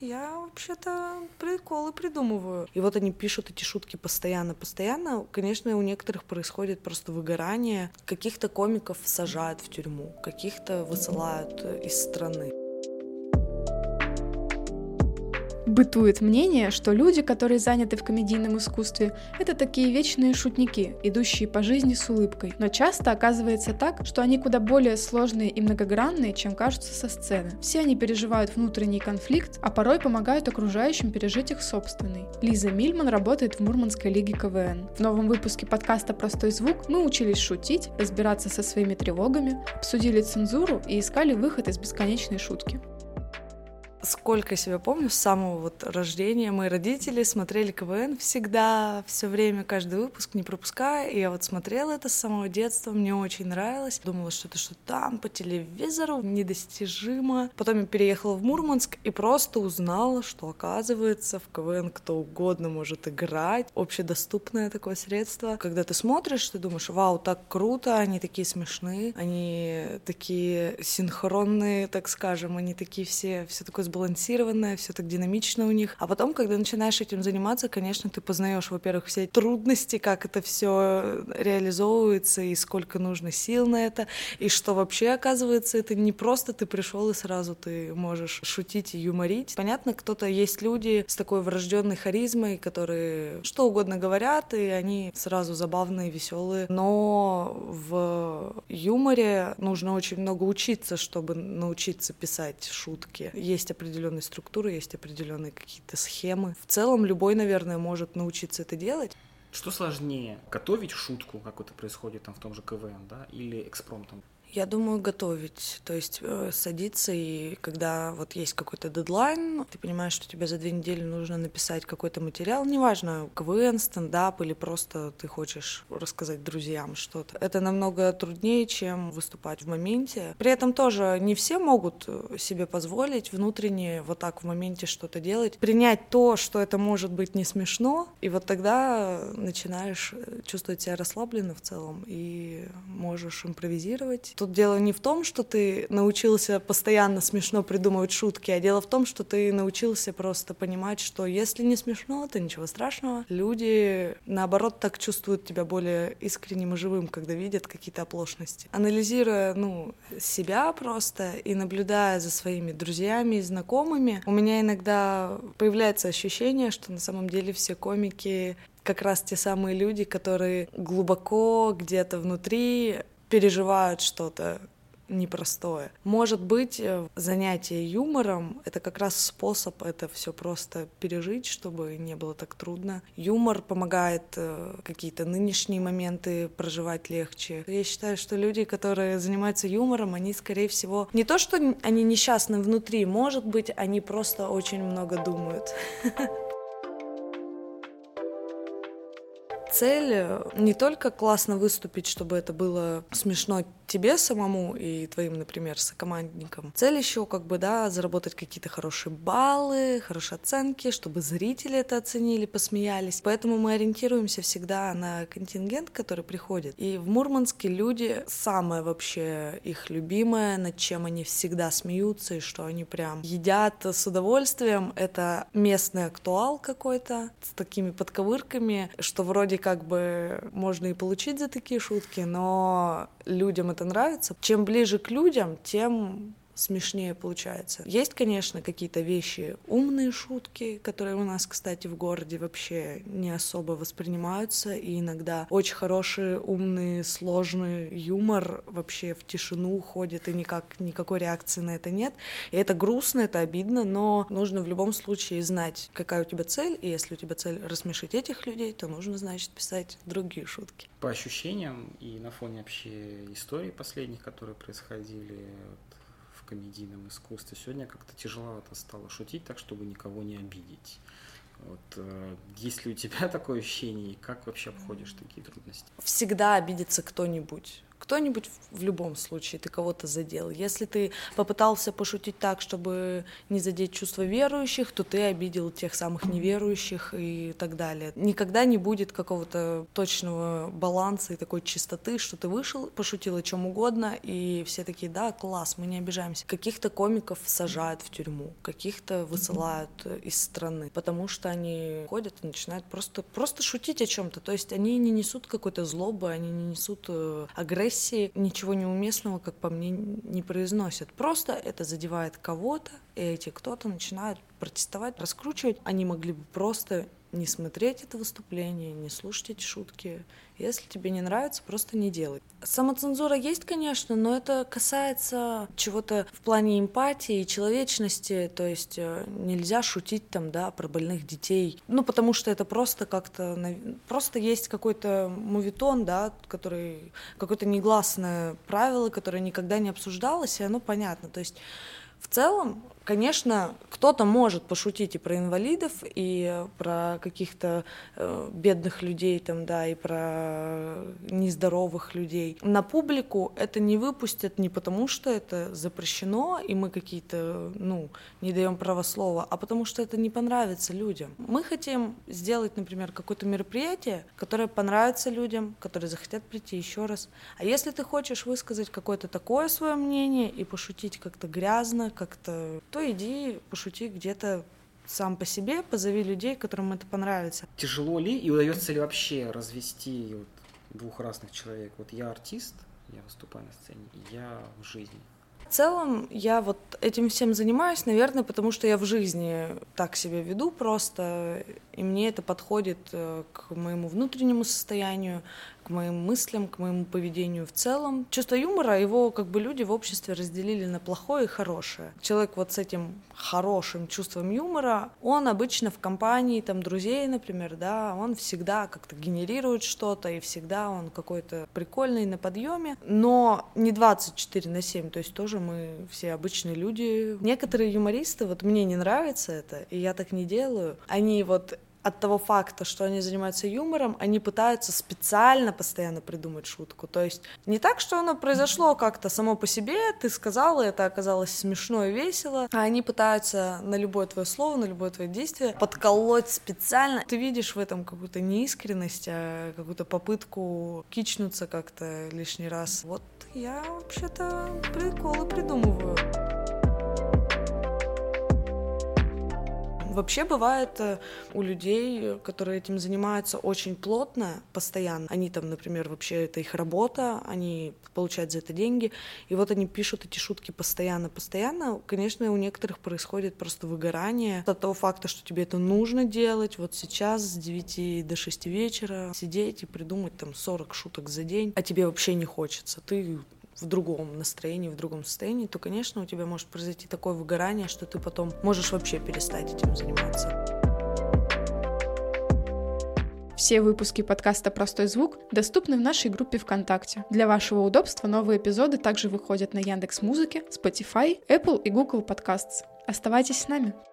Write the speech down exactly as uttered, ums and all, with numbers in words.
Я вообще-то приколы придумываю. И вот они пишут эти шутки постоянно-постоянно. Конечно, у некоторых происходит просто выгорание. Каких-то комиков сажают в тюрьму, каких-то высылают из страны. Бытует мнение, что люди, которые заняты в комедийном искусстве, это такие вечные шутники, идущие по жизни с улыбкой. Но часто оказывается так, что они куда более сложные и многогранные, чем кажутся со сцены. Все они переживают внутренний конфликт, а порой помогают окружающим пережить их собственный. Лиза Мильман работает в Мурманской лиге ка вэ эн. В новом выпуске подкаста «Простой звук» мы учились шутить, разбираться со своими тревогами, обсудили цензуру и искали выход из бесконечной шутки. Сколько себя помню, с самого вот рождения мои родители смотрели ка вэ эн всегда, все время, каждый выпуск, не пропуская. И я вот смотрела это с самого детства, мне очень нравилось. Думала, что это что там по телевизору, недостижимо. Потом я переехала в Мурманск и просто узнала, что, оказывается, в ка вэ эн кто угодно может играть. Общедоступное такое средство. Когда ты смотришь, ты думаешь: вау, так круто, они такие смешные, они такие синхронные, так скажем, они такие все, все такое сбалансированное, все так динамично у них. А потом, когда начинаешь этим заниматься, конечно, ты познаешь, во-первых, все трудности, как это все реализовывается и сколько нужно сил на это, и что вообще, оказывается, это не просто ты пришел и сразу ты можешь шутить и юморить. Понятно, кто-то есть люди с такой врожденной харизмой, которые что угодно говорят, и они сразу забавные, веселые. Но в юморе нужно очень много учиться, чтобы научиться писать шутки. Есть определенные структуры, есть определенные какие-то схемы. В целом любой, наверное, может научиться это делать. Что сложнее, готовить шутку, как это происходит там в том же ка вэ эн, да, или экспромтом? Я думаю, готовить, то есть э, садиться, и когда вот есть какой-то дедлайн, ты понимаешь, что тебе за две недели нужно написать какой-то материал, неважно, ка вэ эн, стендап или просто ты хочешь рассказать друзьям что-то. Это намного труднее, чем выступать в моменте. При этом тоже не все могут себе позволить внутренне вот так в моменте что-то делать, принять то, что это может быть не смешно, и вот тогда начинаешь чувствовать себя расслабленно в целом и можешь импровизировать. Тут дело не в том, что ты научился постоянно смешно придумывать шутки, а дело в том, что ты научился просто понимать, что если не смешно, то ничего страшного. Люди, наоборот, так чувствуют тебя более искренним и живым, когда видят какие-то оплошности. Анализируя, ну, себя просто и наблюдая за своими друзьями и знакомыми, у меня иногда появляется ощущение, что на самом деле все комики как раз те самые люди, которые глубоко где-то внутри переживают что-то непростое. Может быть, занятие юмором — это как раз способ это все просто пережить, чтобы не было так трудно. Юмор помогает какие-то нынешние моменты проживать легче. Я считаю, что люди, которые занимаются юмором, они, скорее всего, не то, что они несчастны внутри, может быть, они просто очень много думают. Цель не только классно выступить, чтобы это было смешно тебе самому и твоим, например, сокомандникам. Цель еще как бы, да, заработать какие-то хорошие баллы, хорошие оценки, чтобы зрители это оценили, посмеялись. Поэтому мы ориентируемся всегда на контингент, который приходит. И в Мурманске люди, самое вообще их любимое, над чем они всегда смеются и что они прям едят с удовольствием, это местный актуал какой-то с такими подковырками, что вроде как бы можно и получить за такие шутки, но людям это нравится. Чем ближе к людям, тем смешнее получается. Есть, конечно, какие-то вещи, умные шутки, которые у нас, кстати, в городе вообще не особо воспринимаются, и иногда очень хороший, умный, сложный юмор вообще в тишину уходит, и никак, никакой реакции на это нет. И это грустно, это обидно, но нужно в любом случае знать, какая у тебя цель, и если у тебя цель рассмешить этих людей, то нужно, значит, писать другие шутки. По ощущениям и на фоне вообще историй последних, которые происходили в комедийном искусстве, сегодня как-то тяжеловато стало шутить так, чтобы никого не обидеть. Вот, э, есть ли у тебя такое ощущение, и как вообще обходишь такие трудности? Всегда обидится кто-нибудь. кто-нибудь в любом случае, ты кого-то задел. Если ты попытался пошутить так, чтобы не задеть чувства верующих, то ты обидел тех самых неверующих и так далее. Никогда не будет какого-то точного баланса и такой чистоты, что ты вышел, пошутил о чем угодно, и все такие: да, класс, мы не обижаемся. Каких-то комиков сажают в тюрьму, каких-то высылают из страны, потому что они ходят и начинают просто, просто шутить о чем-то. То есть они не несут какой-то злобы, они не несут агрессии, ничего неуместного, как по мне, не произносят. Просто это задевает кого-то, и эти кто-то начинают протестовать, раскручивать. Они могли бы просто не смотреть это выступление, не слушать эти шутки. Если тебе не нравится, просто не делай. Самоцензура есть, конечно, но это касается чего-то в плане эмпатии и человечности, то есть нельзя шутить там, да, про больных детей, ну, потому что это просто как-то, просто есть какой-то мувитон, да, который, какое-то негласное правило, которое никогда не обсуждалось, и оно понятно, то есть в целом, конечно, кто-то может пошутить и про инвалидов, и про каких-то э, бедных людей, там, да, и про нездоровых людей. На публику это не выпустят не потому, что это запрещено, и мы какие-то, ну, не даем права слова, а потому что это не понравится людям. Мы хотим сделать, например, какое-то мероприятие, которое понравится людям, которые захотят прийти еще раз. А если ты хочешь высказать какое-то такое свое мнение и пошутить как-то грязно, как-то, то иди пошути где-то сам по себе, позови людей, которым это понравится. Тяжело ли и удается ли вообще развести вот двух разных человек? Вот я артист, я выступаю на сцене, и я в жизни. В целом я вот этим всем занимаюсь, наверное, потому что я в жизни так себя веду просто, и мне это подходит к моему внутреннему состоянию, к моим мыслям, к моему поведению в целом. Чувство юмора, его как бы люди в обществе разделили на плохое и хорошее. Человек вот с этим хорошим чувством юмора, он обычно в компании там друзей, например, да, он всегда как-то генерирует что-то, и всегда он какой-то прикольный на подъеме, но не двадцать четыре на семь, то есть тоже мы все обычные люди. Некоторые юмористы, вот мне не нравится это, и я так не делаю, они вот от того факта, что они занимаются юмором, они пытаются специально постоянно придумать шутку. То есть не так, что оно произошло как-то само по себе, ты сказала, это оказалось смешно и весело, а они пытаются на любое твое слово, на любое твое действие подколоть специально. Ты видишь в этом какую-то неискренность, а какую-то попытку кичнуться как-то лишний раз. Вот я вообще-то приколы придумываю. Вообще бывает у людей, которые этим занимаются очень плотно, постоянно. Они там, например, вообще это их работа, они получают за это деньги, и вот они пишут эти шутки постоянно-постоянно. Конечно, у некоторых происходит просто выгорание от того факта, что тебе это нужно делать. Вот сейчас с девяти до шести вечера сидеть и придумать там сорок шуток за день, а тебе вообще не хочется. Ты в другом настроении, в другом состоянии, то, конечно, у тебя может произойти такое выгорание, что ты потом можешь вообще перестать этим заниматься. Все выпуски подкаста «Простой звук» доступны в нашей группе ВКонтакте. Для вашего удобства новые эпизоды также выходят на Яндекс.Музыке, Spotify, Apple и Google Podcasts. Оставайтесь с нами!